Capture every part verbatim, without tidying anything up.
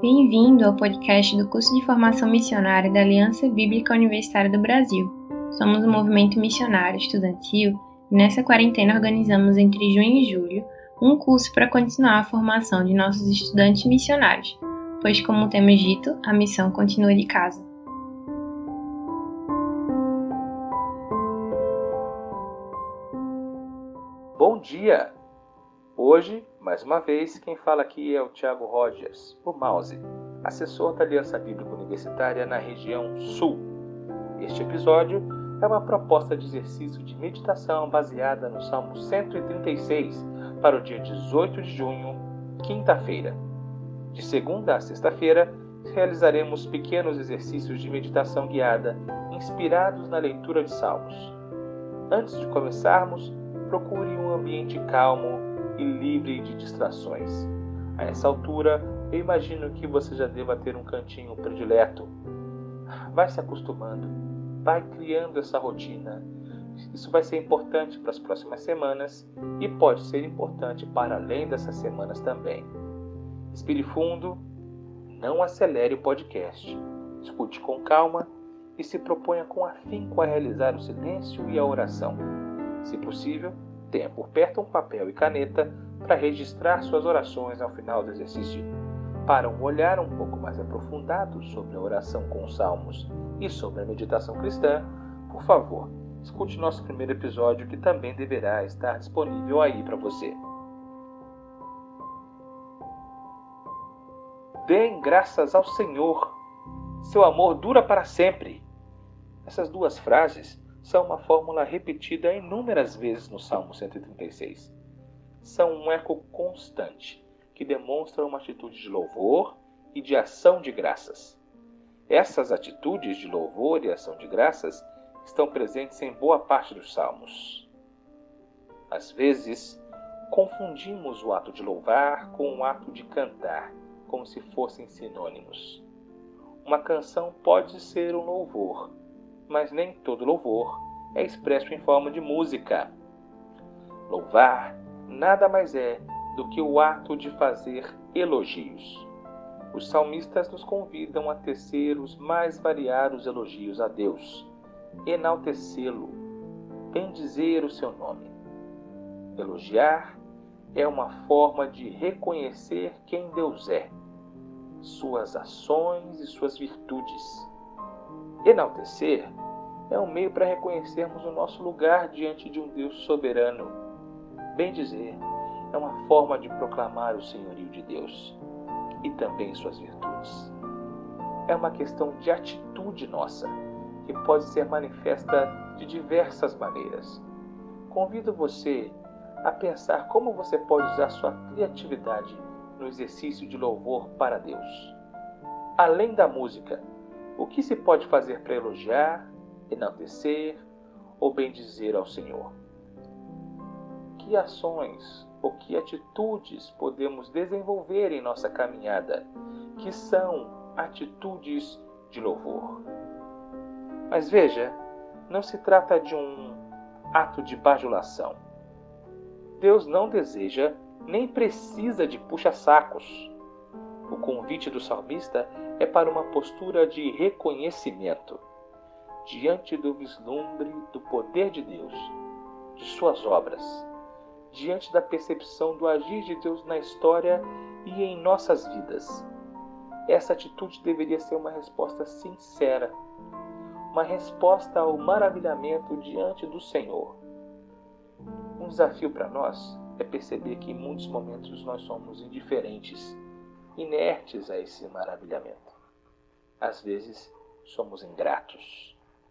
Bem-vindo ao podcast do curso de formação missionária da Aliança Bíblica Universitária do Brasil. Somos um movimento missionário estudantil e nessa quarentena organizamos entre junho e julho um curso para continuar a formação de nossos estudantes missionários, pois, como temos dito, a missão continua de casa. Bom dia! Hoje, mais uma vez, quem fala aqui é o Thiago Rogers, o Mouse, assessor da Aliança Bíblica Universitária na região Sul. Este episódio é uma proposta de exercício de meditação baseada no Salmo cento e trinta e seis para o dia dezoito de junho, quinta-feira. De segunda a sexta-feira, realizaremos pequenos exercícios de meditação guiada inspirados na leitura de Salmos. Antes de começarmos, procure um ambiente calmo e livre de distrações. A essa altura, eu imagino que você já deva ter um cantinho predileto. Vai se acostumando, vai criando essa rotina. Isso vai ser importante para as próximas semanas e pode ser importante para além dessas semanas também. Respire fundo, não acelere o podcast. Escute com calma e se proponha com afinco a realizar o silêncio e a oração. Se possível, tenha por perto um papel e caneta para registrar suas orações ao final do exercício. Para um olhar um pouco mais aprofundado sobre a oração com os salmos e sobre a meditação cristã, por favor, escute nosso primeiro episódio que também deverá estar disponível aí para você. Deem graças ao Senhor, seu amor dura para sempre. Essas duas frases são uma fórmula repetida inúmeras vezes no Salmo cento e trinta e seis. São um eco constante que demonstra uma atitude de louvor e de ação de graças. Essas atitudes de louvor e ação de graças estão presentes em boa parte dos salmos. Às vezes, confundimos o ato de louvar com o ato de cantar, como se fossem sinônimos. Uma canção pode ser um louvor, mas nem todo louvor é expresso em forma de música. Louvar nada mais é do que o ato de fazer elogios. Os salmistas nos convidam a tecer os mais variados elogios a Deus, enaltecê-lo, bendizer o seu nome. Elogiar é uma forma de reconhecer quem Deus é, suas ações e suas virtudes. Enaltecer é um meio para reconhecermos o nosso lugar diante de um Deus soberano. Bem dizer, é uma forma de proclamar o senhorio de Deus e também suas virtudes. É uma questão de atitude nossa, que pode ser manifesta de diversas maneiras. Convido você a pensar como você pode usar sua criatividade no exercício de louvor para Deus. Além da música, o que se pode fazer para elogiar, enaltecer ou bendizer ao Senhor? Que ações ou que atitudes podemos desenvolver em nossa caminhada, que são atitudes de louvor? Mas veja, não se trata de um ato de bajulação. Deus não deseja nem precisa de puxa-sacos. O convite do salmista é para uma postura de reconhecimento diante do vislumbre do poder de Deus, de suas obras, diante da percepção do agir de Deus na história e em nossas vidas. Essa atitude deveria ser uma resposta sincera, uma resposta ao maravilhamento diante do Senhor. Um desafio para nós é perceber que em muitos momentos nós somos indiferentes, inertes a esse maravilhamento. Às vezes, somos ingratos.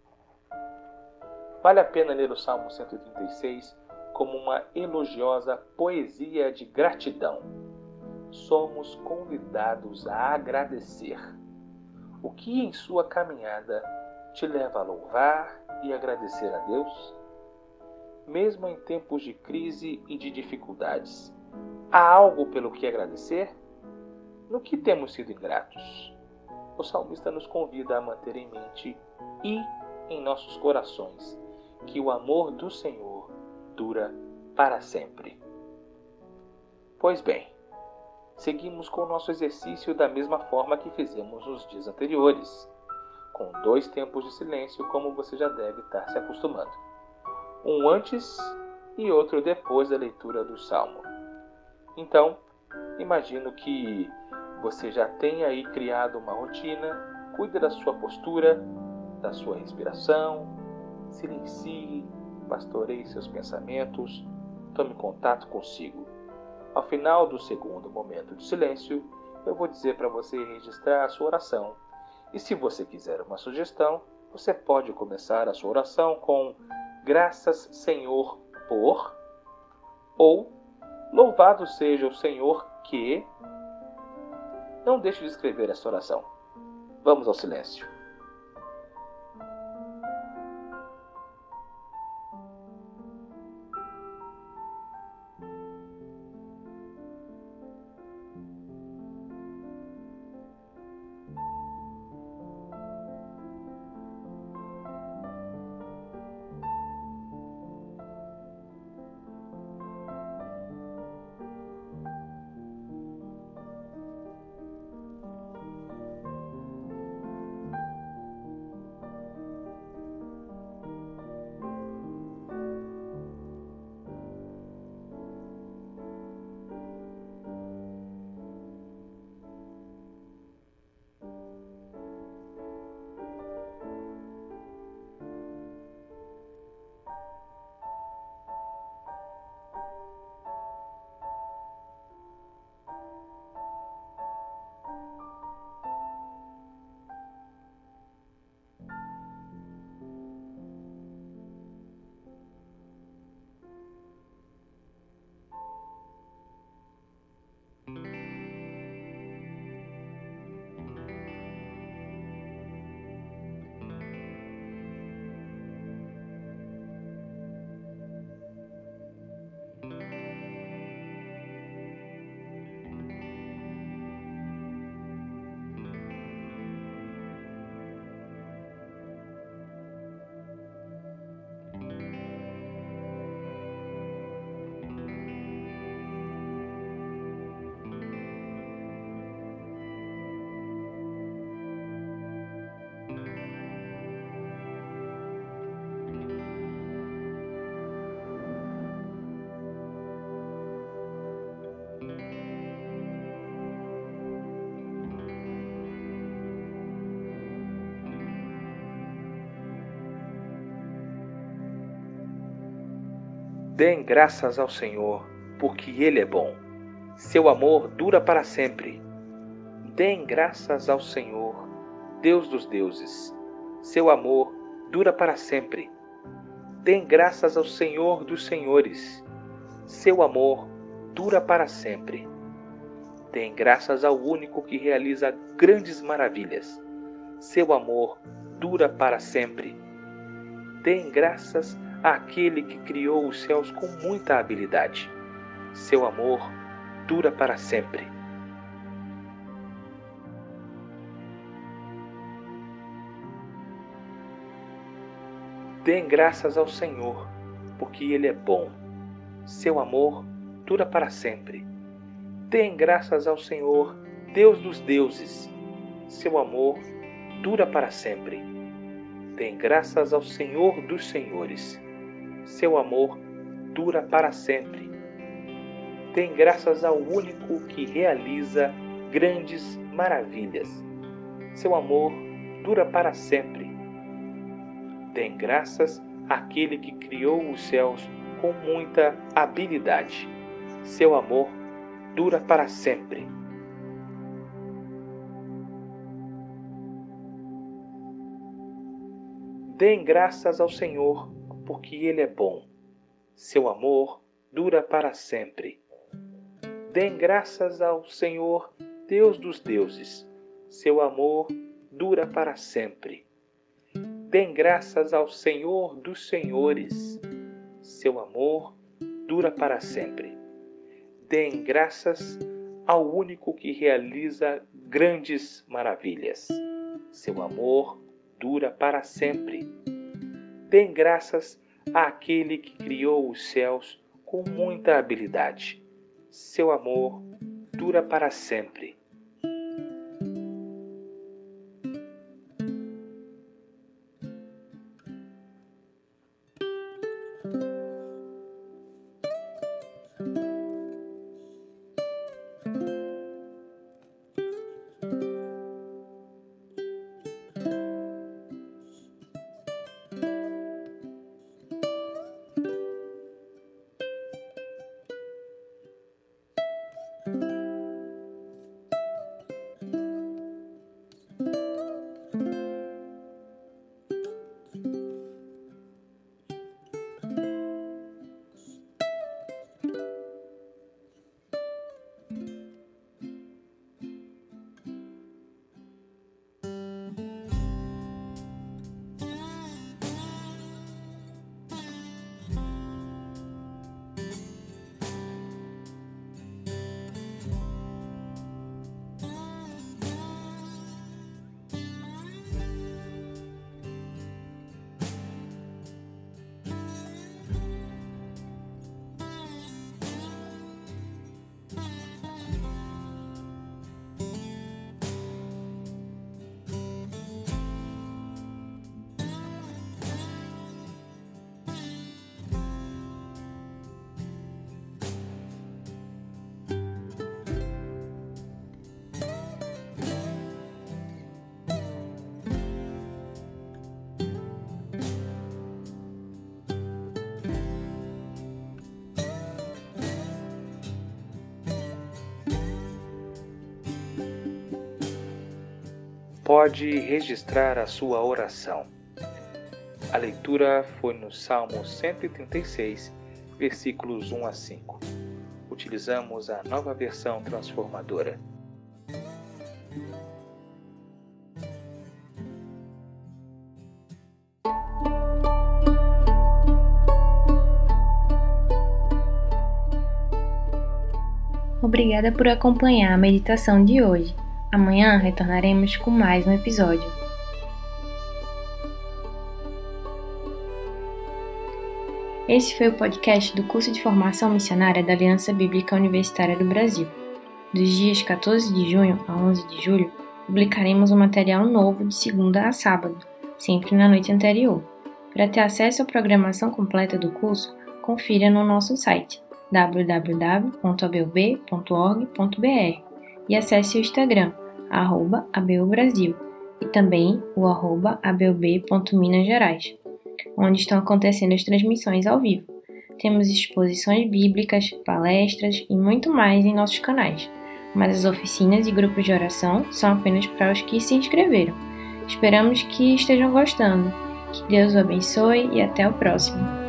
Vale a pena ler o Salmo cento e trinta e seis como uma elogiosa poesia de gratidão. Somos convidados a agradecer. O que em sua caminhada te leva a louvar e agradecer a Deus? Mesmo em tempos de crise e de dificuldades, há algo pelo que agradecer? No que temos sido ingratos? O salmista nos convida a manter em mente e em nossos corações que o amor do Senhor dura para sempre. Pois bem, seguimos com o nosso exercício da mesma forma que fizemos nos dias anteriores, com dois tempos de silêncio, como você já deve estar se acostumando. Um antes e outro depois da leitura do Salmo. Então, imagino que você já tenha aí criado uma rotina, cuide da sua postura, da sua respiração, silencie, pastoreie seus pensamentos, tome contato consigo. Ao final do segundo momento de silêncio, eu vou dizer para você registrar a sua oração. E se você quiser uma sugestão, você pode começar a sua oração com graças, Senhor, por, ou louvado seja o Senhor que... Não deixe de escrever essa oração. Vamos ao silêncio. Deem graças ao Senhor, porque Ele é bom. Seu amor dura para sempre. Deem graças ao Senhor, Deus dos deuses. Seu amor dura para sempre. Deem graças ao Senhor dos senhores. Seu amor dura para sempre. Deem graças ao único que realiza grandes maravilhas. Seu amor dura para sempre. Deem graças àquele que criou os céus com muita habilidade. Seu amor dura para sempre. Deem graças ao Senhor, porque Ele é bom. Seu amor dura para sempre. Deem graças ao Senhor, Deus dos deuses. Seu amor dura para sempre. Deem graças ao Senhor dos senhores. Seu amor dura para sempre. Deem graças ao único que realiza grandes maravilhas. Seu amor dura para sempre. Deem graças àquele que criou os céus com muita habilidade. Seu amor dura para sempre. Deem graças ao Senhor, porque Ele é bom. Seu amor dura para sempre. Deem graças ao Senhor, Deus dos deuses. Seu amor dura para sempre. Deem graças ao Senhor dos senhores. Seu amor dura para sempre. Deem graças ao único que realiza grandes maravilhas. Seu amor dura para sempre. Deem graças àquele que criou os céus com muita habilidade. Seu amor dura dura para sempre. Pode registrar a sua oração. A leitura foi no Salmo cento e trinta e seis, versículos um a cinco. Utilizamos a Nova Versão Transformadora. Obrigada por acompanhar a meditação de hoje. Amanhã retornaremos com mais um episódio. Esse foi o podcast do curso de formação missionária da Aliança Bíblica Universitária do Brasil. Dos dias quatorze de junho a onze de julho, publicaremos um material novo de segunda a sábado, sempre na noite anterior. Para ter acesso à programação completa do curso, confira no nosso site w w w ponto a b u b ponto org ponto b r e acesse o Instagram, arroba abubrasil, e também o arroba abub ponto minas gerais, onde estão acontecendo as transmissões ao vivo. Temos exposições bíblicas, palestras e muito mais em nossos canais, mas as oficinas e grupos de oração são apenas para os que se inscreveram. Esperamos que estejam gostando. Que Deus o abençoe e até o próximo.